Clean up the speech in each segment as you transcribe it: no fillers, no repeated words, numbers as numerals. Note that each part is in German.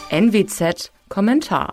NWZ Kommentar.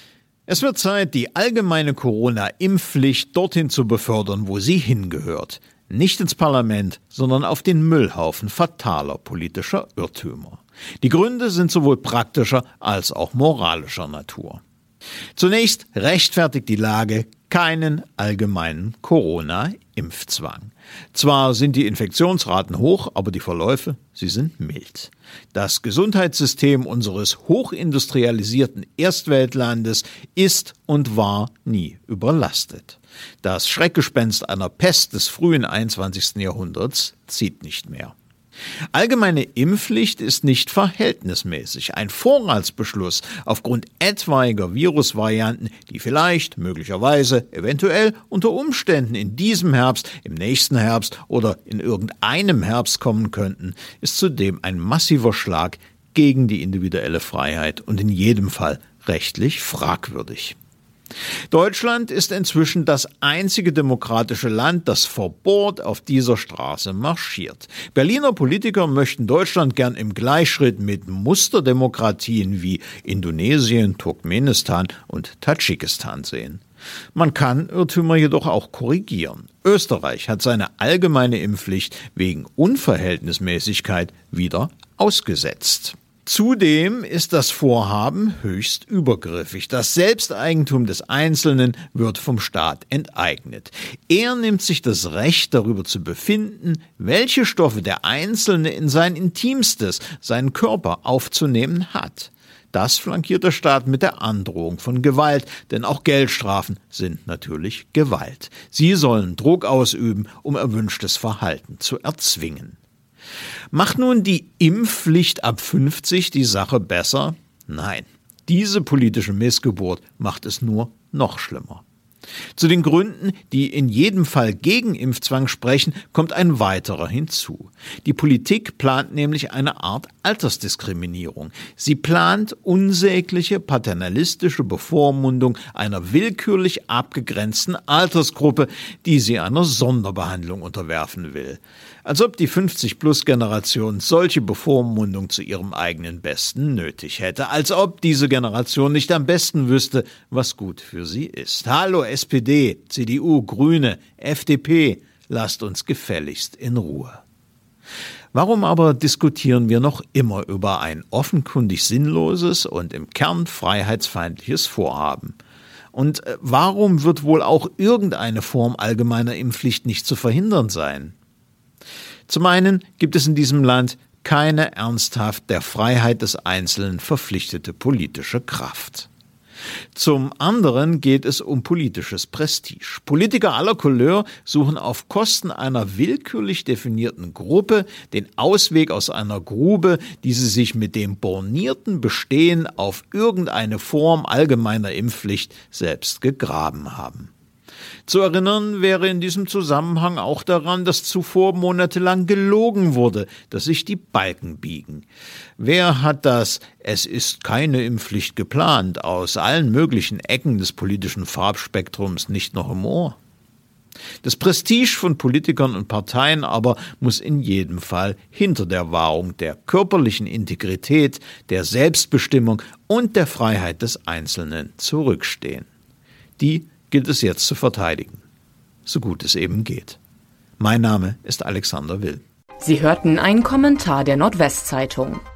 Es wird Zeit, die allgemeine Corona-Impfpflicht dorthin zu befördern, wo sie hingehört. Nicht ins Parlament, sondern auf den Müllhaufen fataler politischer Irrtümer. Die Gründe sind sowohl praktischer als auch moralischer Natur. Zunächst rechtfertigt die Lage keinen allgemeinen Corona-Impfzwang. Zwar sind die Infektionsraten hoch, aber die Verläufe, sie sind mild. Das Gesundheitssystem unseres hochindustrialisierten Erstweltlandes ist und war nie überlastet. Das Schreckgespenst einer Pest des frühen 21. Jahrhunderts zieht nicht mehr. Allgemeine Impfpflicht ist nicht verhältnismäßig. Ein Vorratsbeschluss aufgrund etwaiger Virusvarianten, die vielleicht, möglicherweise, eventuell unter Umständen in diesem Herbst, im nächsten Herbst oder in irgendeinem Herbst kommen könnten, ist zudem ein massiver Schlag gegen die individuelle Freiheit und in jedem Fall rechtlich fragwürdig. Deutschland ist inzwischen das einzige demokratische Land, das verbohrt auf dieser Straße marschiert. Berliner Politiker möchten Deutschland gern im Gleichschritt mit Musterdemokratien wie Indonesien, Turkmenistan und Tadschikistan sehen. Man kann Irrtümer jedoch auch korrigieren. Österreich hat seine allgemeine Impfpflicht wegen Unverhältnismäßigkeit wieder ausgesetzt. Zudem ist das Vorhaben höchst übergriffig. Das Selbsteigentum des Einzelnen wird vom Staat enteignet. Er nimmt sich das Recht, darüber zu befinden, welche Stoffe der Einzelne in sein Intimstes, seinen Körper aufzunehmen hat. Das flankiert der Staat mit der Androhung von Gewalt, denn auch Geldstrafen sind natürlich Gewalt. Sie sollen Druck ausüben, um erwünschtes Verhalten zu erzwingen. Macht nun die Impfpflicht ab 50 die Sache besser? Nein, diese politische Missgeburt macht es nur noch schlimmer. Zu den Gründen, die in jedem Fall gegen Impfzwang sprechen, kommt ein weiterer hinzu. Die Politik plant nämlich eine Art Altersdiskriminierung. Sie plant unsägliche paternalistische Bevormundung einer willkürlich abgegrenzten Altersgruppe, die sie einer Sonderbehandlung unterwerfen will. Als ob die 50-Plus-Generation solche Bevormundung zu ihrem eigenen Besten nötig hätte. Als ob diese Generation nicht am besten wüsste, was gut für sie ist. Hallo SPD, CDU, Grüne, FDP, lasst uns gefälligst in Ruhe. Warum aber diskutieren wir noch immer über ein offenkundig sinnloses und im Kern freiheitsfeindliches Vorhaben? Und warum wird wohl auch irgendeine Form allgemeiner Impfpflicht nicht zu verhindern sein? Zum einen gibt es in diesem Land keine ernsthaft der Freiheit des Einzelnen verpflichtete politische Kraft. Zum anderen geht es um politisches Prestige. Politiker aller Couleur suchen auf Kosten einer willkürlich definierten Gruppe den Ausweg aus einer Grube, die sie sich mit dem bornierten Bestehen auf irgendeine Form allgemeiner Impfpflicht selbst gegraben haben. Zu erinnern wäre in diesem Zusammenhang auch daran, dass zuvor monatelang gelogen wurde, dass sich die Balken biegen. Wer hat das "Es ist keine Impfpflicht geplant" aus allen möglichen Ecken des politischen Farbspektrums nicht noch im Ohr? Das Prestige von Politikern und Parteien aber muss in jedem Fall hinter der Wahrung der körperlichen Integrität, der Selbstbestimmung und der Freiheit des Einzelnen zurückstehen. Die gilt es jetzt zu verteidigen, so gut es eben geht. Mein Name ist Alexander Will. Sie hörten einen Kommentar der Nordwestzeitung.